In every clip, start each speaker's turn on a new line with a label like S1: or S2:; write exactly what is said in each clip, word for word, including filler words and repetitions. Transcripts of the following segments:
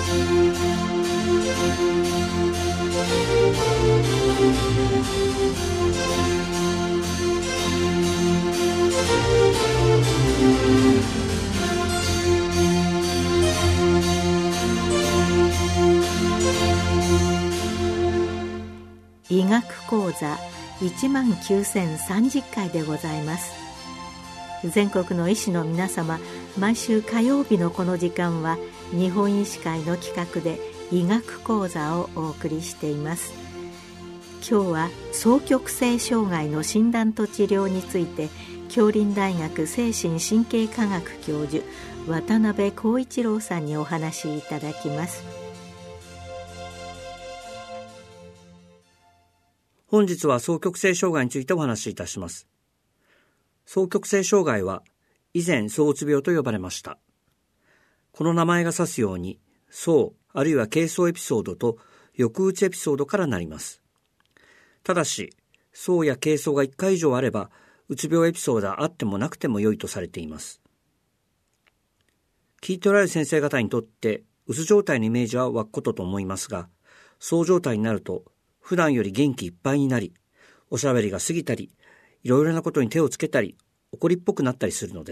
S1: 医学講座いちまんきゅうせんさんじゅっかいでございます。全国の医師の皆様、毎週火曜日のこの時間は日本医師会の企画で医学講座をお送りしています。今日は双極性障害の診断と治療について、杏林大学精神神経科学教授渡辺浩一郎さんにお話しいただきます。
S2: 本日は双極性障害についてお話しいたします。双極性障害は以前躁うつ病と呼ばれました。この名前が指すように、躁あるいは軽躁エピソードと抑うつエピソードからなります。ただし、躁や軽躁がいっかい以上あれば、うつ病エピソードはあってもなくても良いとされています。聞いておられる先生方にとって、うつ状態のイメージは湧くことと思いますが、躁状態になると、普段より元気いっぱいになり、おしゃべりが過ぎたり、いろいろなことに手をつけたり、怒りっぽくなったりするのです。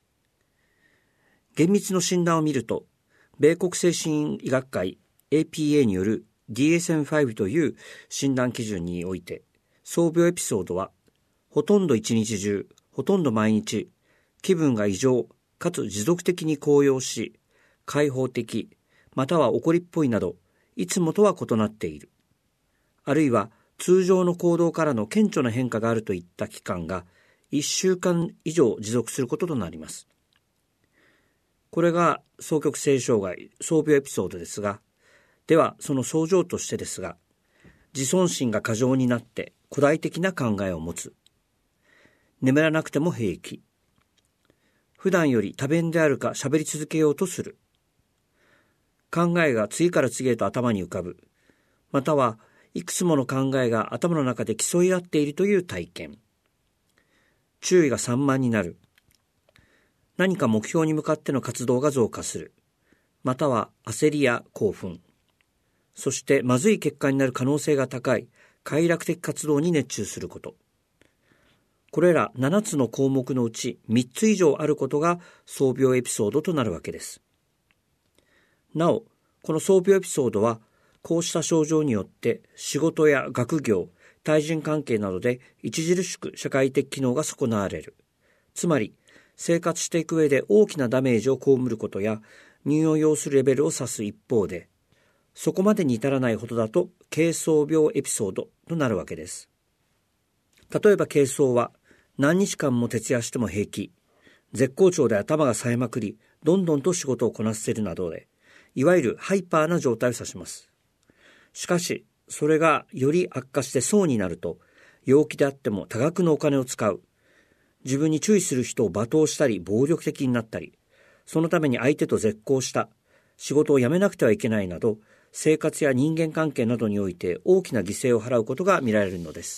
S2: 厳密の診断を見ると、米国精神医学会 エーピーエー による ディーエスエムファイブ という診断基準において、躁病エピソードは、ほとんど一日中、ほとんど毎日、気分が異常、かつ持続的に高揚し、開放的、または怒りっぽいなど、いつもとは異なっている。あるいは通常の行動からの顕著な変化があるといった期間がいっしゅうかん以上持続することとなります。これが双極性障害、躁病エピソードですが、ではその症状としてですが、自尊心が過剰になって古代的な考えを持つ。眠らなくても平気。普段より多弁であるか喋り続けようとする。考えが次から次へと頭に浮かぶ。またはいくつもの考えが頭の中で競い合っているという体験。注意が散漫になる。何か目標に向かっての活動が増加する。または焦りや興奮。そしてまずい結果になる可能性が高い快楽的活動に熱中すること。これらななつの項目のうちみっつ以上あることが躁病エピソードとなるわけです。なお、この躁病エピソードはこうした症状によって仕事や学業、対人関係などで著しく社会的機能が損なわれる。つまり、生活していく上で大きなダメージを被ることや入院を要するレベルを指す一方で、そこまでに至らないほどだと軽躁病エピソードとなるわけです。例えば軽躁は何日間も徹夜しても平気、絶好調で頭が冴えまくり、どんどんと仕事をこなせるなどで、いわゆるハイパーな状態を指します。しかし、それがより悪化して躁になると、陽気であっても多額のお金を使う。自分に注意する人を罵倒したり暴力的になったり、そのために相手と絶交した、仕事を辞めなくてはいけないなど、生活や人間関係などにおいて大きな犠牲を払うことが見られるのです。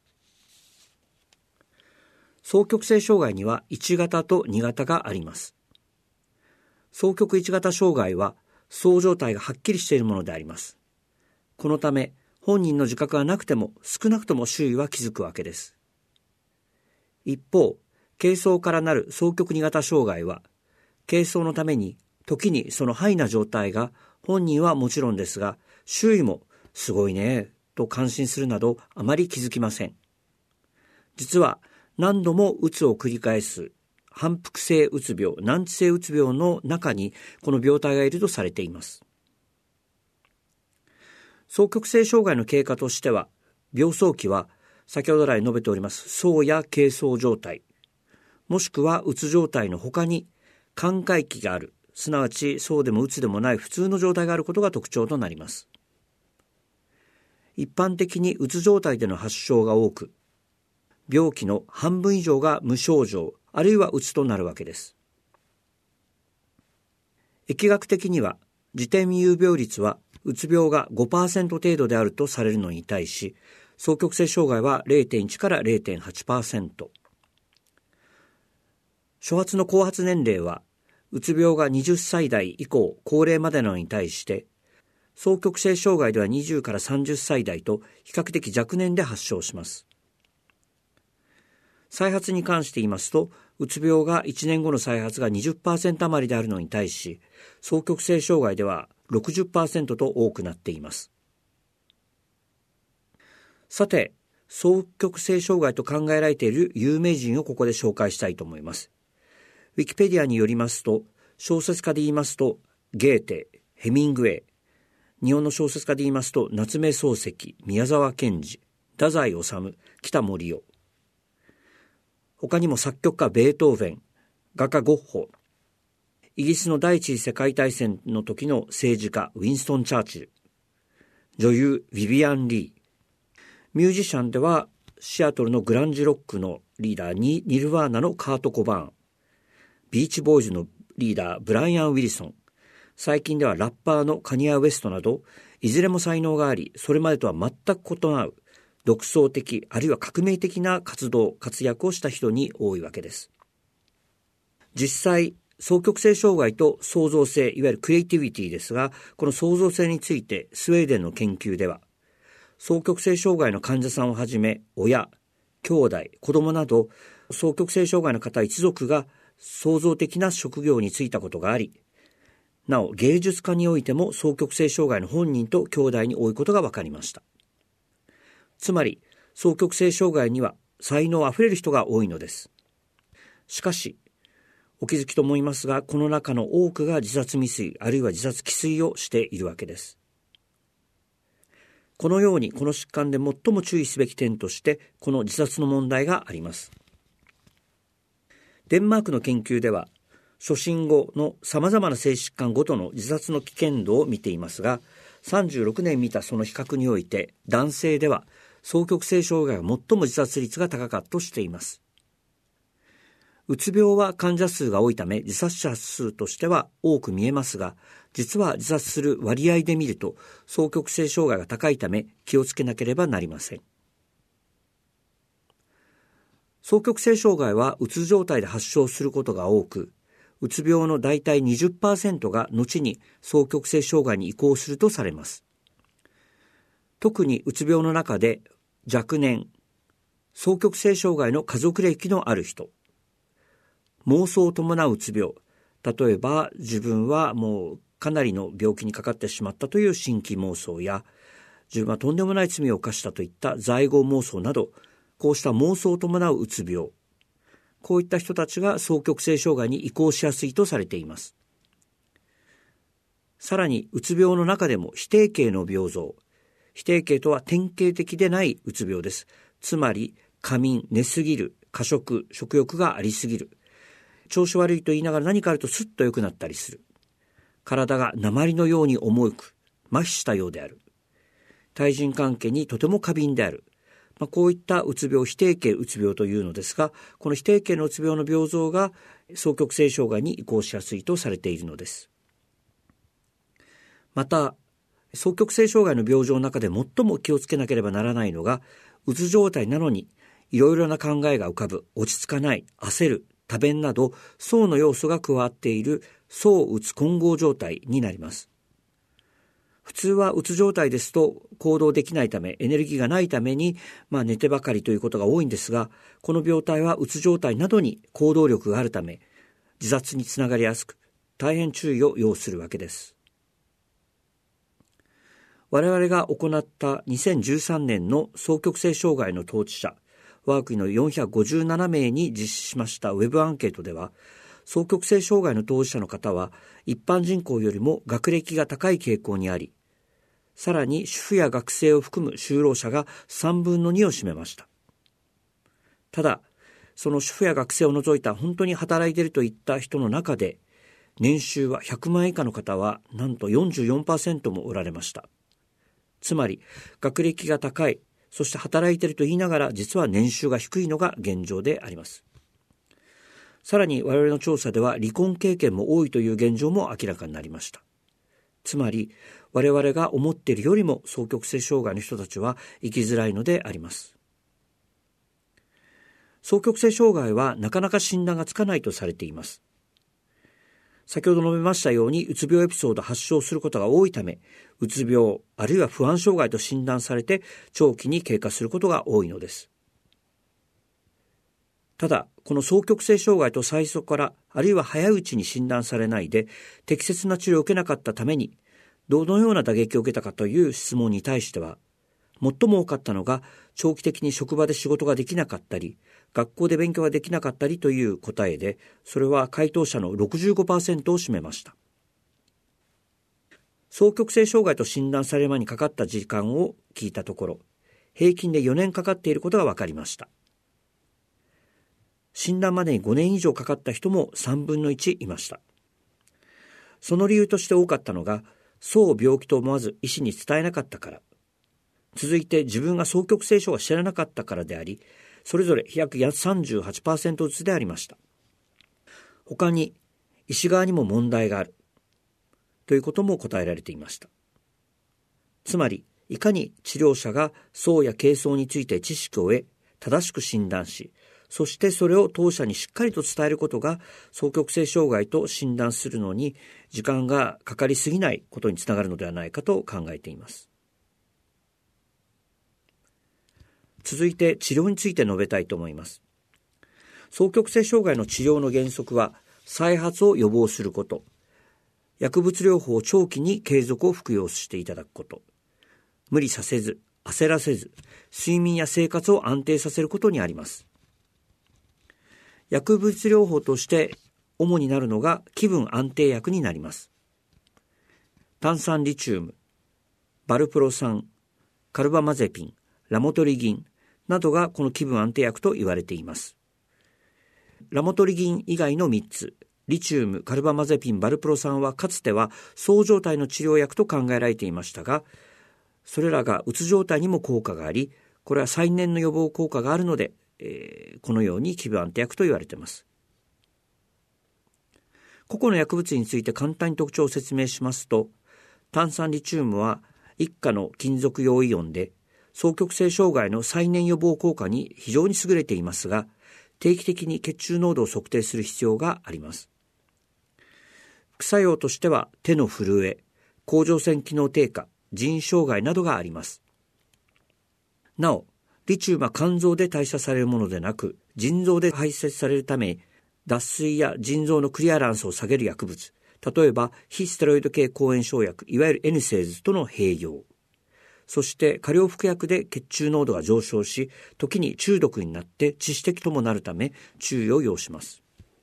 S2: 双極性障害にはいち型とに型があります。双極いち型障害は、躁状態がはっきりしているものであります。このため、本人の自覚がなくても少なくとも周囲は気づくわけです。一方、軽躁からなる双極に型障害は、軽躁のために時にそのハイな状態が本人はもちろんですが、周囲もすごいねと感心するなどあまり気づきません。実は何度もうつを繰り返す反復性うつ病、難治性うつ病の中にこの病態がいるとされています。双極性障害の経過としては、病早期は先ほど来述べております躁や軽躁状態、もしくはうつ状態の他に寛解期がある、すなわちそうでもうつでもない普通の状態があることが特徴となります。一般的にうつ状態での発症が多く、病気の半分以上が無症状、あるいはうつとなるわけです。疫学的には、自転有病率はうつ病が ごパーセント 程度であるとされるのに対し、双極性障害は れいてんいち から れいてんはちパーセント。初発の後発年齢はうつ病がはたち代以降高齢までなのに対して、双極性障害ではにじゅうからさんじゅっさい代と比較的若年で発症します。再発に関して言いますと、うつ病がいちねんごの再発が にじゅっパーセント 余りであるのに対し、双極性障害では ろくじゅっパーセント と多くなっています。さて、双極性障害と考えられている有名人をここで紹介したいと思います。ウィキペディアによりますと、小説家で言いますと、ゲーテ、ヘミングウェイ、日本の小説家で言いますと、夏目漱石、宮沢賢治、太宰治、北森夫。他にも作曲家ベートーベン、画家ゴッホ、イギリスの第一次世界大戦の時の政治家ウィンストン・チャーチル、女優ビビアン・リー、ミュージシャンではシアトルのグランジロックのリーダーにニルヴァーナのカート・コバーン、ビーチボーイズのリーダーブライアン・ウィルソン、最近ではラッパーのカニア・ウェストなど、いずれも才能があり、それまでとは全く異なる独創的あるいは革命的な活動活躍をした人に多いわけです。実際双極性障害と創造性、いわゆるクリエイティビティですが、この創造性についてスウェーデンの研究では、双極性障害の患者さんをはじめ親、兄弟、子供など双極性障害の方一族が創造的な職業に就いたことがあり、なお芸術家においても双極性障害の本人と兄弟に多いことが分かりました。つまり双極性障害には才能あふれる人が多いのです。しかしお気づきと思いますが、この中の多くが自殺未遂あるいは自殺既遂をしているわけです。このようにこの疾患で最も注意すべき点としてこの自殺の問題があります。デンマークの研究では初診後のさまざまな性疾患ごとの自殺の危険度を見ていますが、さんじゅうろくねん見たその比較において男性では双極性障害が最も自殺率が高かったとしています。うつ病は患者数が多いため自殺者数としては多く見えますが、実は自殺する割合で見ると双極性障害が高いため気をつけなければなりません。双極性障害はうつ状態で発症することが多く、うつ病のだいたい にじゅっパーセント が後に双極性障害に移行するとされます。特にうつ病の中で若年、双極性障害の家族歴のある人、妄想を伴ううつ病、例えば自分はもうかなりの病気にかかってしまったという心悸妄想や、自分はとんでもない罪を犯したといった在業妄想など、こうした妄想を伴ううつ病、こういった人たちが双極性障害に移行しやすいとされています。さらにうつ病の中でも非定型の病像、非定型とは典型的でないうつ病です。つまり過眠、寝すぎる、過食、食欲がありすぎる、調子悪いと言いながら何かあるとスッと良くなったりする、体が鉛のように重く麻痺したようである、対人関係にとても過敏である、まあ、こういったうつ病、非定型うつ病というのですが、この非定型のうつ病の病像が双極性障害に移行しやすいとされているのです。また双極性障害の病状の中で最も気をつけなければならないのが、うつ状態なのにいろいろな考えが浮かぶ、落ち着かない、焦る、多弁など相の要素が加わっている相うつ混合状態になります。普通はうつ状態ですと行動できないため、エネルギーがないために、まあ、寝てばかりということが多いんですが、この病態はうつ状態などに行動力があるため自殺につながりやすく、大変注意を要するわけです。我々が行ったにせんじゅうさんねんの双極性障害の当事者、我が国のよんひゃくごじゅうななめいに実施しましたウェブアンケートでは、双極性障害の当事者の方は一般人口よりも学歴が高い傾向にあり、さらに主婦や学生を含む就労者がさんぶんのにを占めました。ただ、その主婦や学生を除いた本当に働いているといった人の中で、年収はひゃくまんえん以下の方はなんと よんじゅうよんパーセント もおられました。つまり学歴が高い、そして働いていると言いながら実は年収が低いのが現状であります。さらに我々の調査では離婚経験も多いという現状も明らかになりました。つまり我々が思っているよりも双極性障害の人たちは生きづらいのであります。双極性障害はなかなか診断がつかないとされています。 先ほど述べましたように、うつ病エピソードを発症することが多いため、うつ病あるいは不安障害と診断されて長期に経過することが多いのです。ただ、この双極性障害と最初からあるいは早いうちに診断されないで適切な治療を受けなかったために、どのような打撃を受けたかという質問に対しては、最も多かったのが長期的に職場で仕事ができなかったり、学校で勉強ができなかったりという答えで、それは回答者の ろくじゅうごパーセント を占めました。双極性障害と診断される前にかかった時間を聞いたところ、平均でよねんかかっていることが分かりました。診断までにごねん以上かかった人もさんぶんのいちいました。その理由として多かったのが、そう病気と思わず医師に伝えなかったから、続いて自分が双極性障害を知らなかったからであり、それぞれ約 さんじゅうはちパーセント ずつでありました。他に、医師側にも問題があるということも答えられていました。つまり、いかに治療者が層や軽層について知識を得、正しく診断し、そしてそれを当社にしっかりと伝えることが双極性障害と診断するのに時間がかかりすぎないことにつながるのではないかと考えています。続いて治療について述べたいと思います。双極性障害の治療の原則は再発を予防すること、薬物療法を長期に継続を服用していただくこと、無理させず、焦らせず、睡眠や生活を安定させることにあります。薬物療法として主になるのが気分安定薬になります。炭酸リチウム、バルプロ酸、カルバマゼピン、ラモトリギンなどがこの気分安定薬と言われています。ラモトリギン以外のみっつ、リチウム、カルバマゼピン、バルプロ酸はかつてはそう状態の治療薬と考えられていましたが、それらがうつ状態にも効果があり、これは再燃の予防効果があるので、えー、このように気分安定薬と言われています。個々の薬物について簡単に特徴を説明しますと、炭酸リチウムは一価の金属陽イオンで、双極性障害の再燃予防効果に非常に優れていますが、定期的に血中濃度を測定する必要があります。副作用としては手の震え、甲状腺機能低下、腎障害などがあります。なお、リチウムは肝臓で代謝されるものでなく、腎臓で排泄されるため、脱水や腎臓のクリアランスを下げる薬物、例えば非ステロイド系抗炎症薬、いわゆるエヌセーズとの併用、そして過量服薬で血中濃度が上昇し、時に中毒になって致死的ともなるため注意を要します。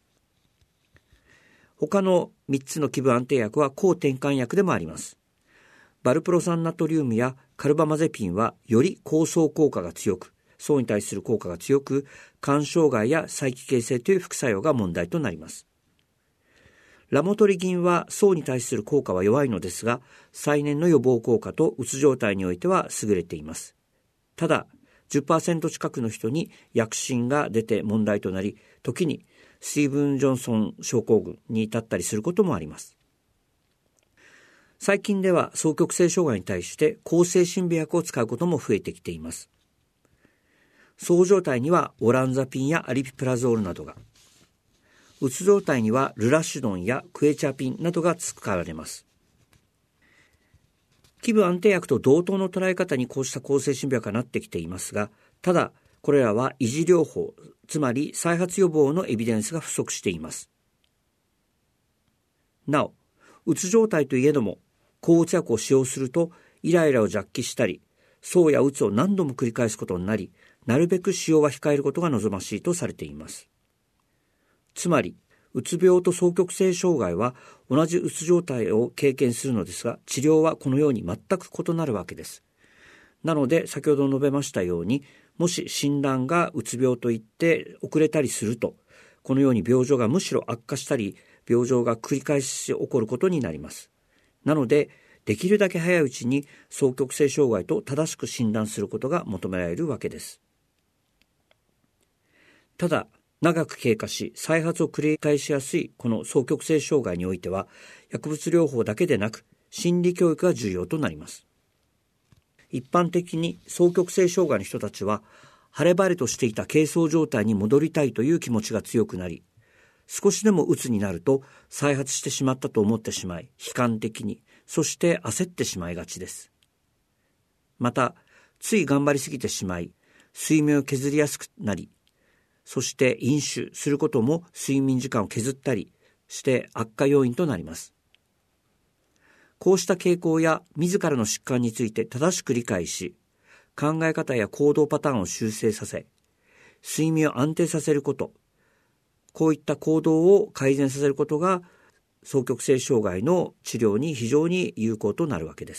S2: 他のみっつの気分安定薬は抗転換薬でもあります。バルプロ酸ナトリウムやカルバマゼピンはより抗層効果が強く、層に対する効果が強く、肝障害や再帰形成という副作用が問題となります。ラモトリギンは層に対する効果は弱いのですが、再燃の予防効果とうつ状態においては優れています。ただ、じゅっパーセント 近くの人に薬疹が出て問題となり、時にスティーブン・ジョンソン症候群に至ったりすることもあります。最近では双極性障害に対して抗精神病薬を使うことも増えてきています。そう状態にはオランザピンやアリピプラゾールなどが、うつ状態にはルラシドンやクエチャピンなどが使われます。気分安定薬と同等の捉え方にこうした抗精神病薬がなってきていますが、ただこれらは維持療法、つまり再発予防のエビデンスが不足しています。なお、うつ状態といえども、抗うつ薬を使用するとイライラを弱気したり、そうやうつを何度も繰り返すことになり、なるべく使用は控えることが望ましいとされています。つまり、うつ病と双極性障害は同じうつ状態を経験するのですが、治療はこのように全く異なるわけです。なので、先ほど述べましたように、もし診断がうつ病といって遅れたりすると、このように病状がむしろ悪化したり、病状が繰り返し起こることになります。なので、できるだけ早いうちに双極性障害と正しく診断することが求められるわけです。ただ、長く経過し再発を繰り返しやすいこの双極性障害においては、薬物療法だけでなく心理教育が重要となります。一般的に双極性障害の人たちは、晴れ晴れとしていた軽層状態に戻りたいという気持ちが強くなり、 少しでも鬱になると再発してしまったと思ってしまい、悲観的に、そして焦ってしまいがちです。また、つい頑張りすぎてしまい、睡眠を削りやすくなり、そして飲酒することも睡眠時間を削ったりして悪化要因となります。こうした傾向や自らの疾患について正しく理解し、考え方や行動パターンを修正させ、睡眠を安定させること、こういった行動を改善させることが双極性障害の治療に非常に有効となるわけです。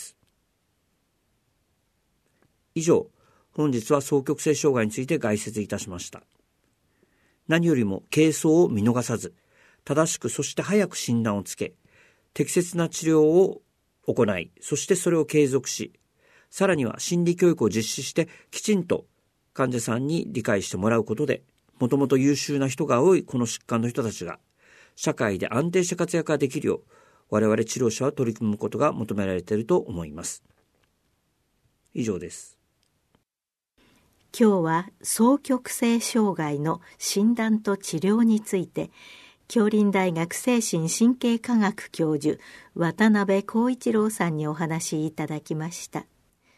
S2: 以上、本日は双極性障害について概説いたしました。何よりも軽装を見逃さず、正しくそして早く診断をつけ、適切な治療を行い、そしてそれを継続し、さらには心理教育を実施してきちんと患者さんに理解してもらうことで、もともと優秀な人が多いこの疾患の人たちが社会で安定した活躍ができるよう、我々治療者は取り組むことが求められていると思います。以上です。
S1: 今日は双極性障害の診断と治療について、杏林大学精神神経科学教授渡辺浩一郎さんにお話しいただきました。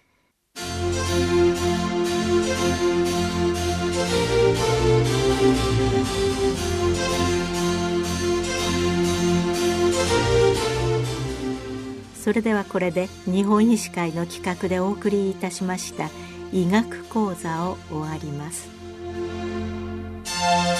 S1: それではこれで日本医師会の企画でお送りいたしました医学講座を終わります。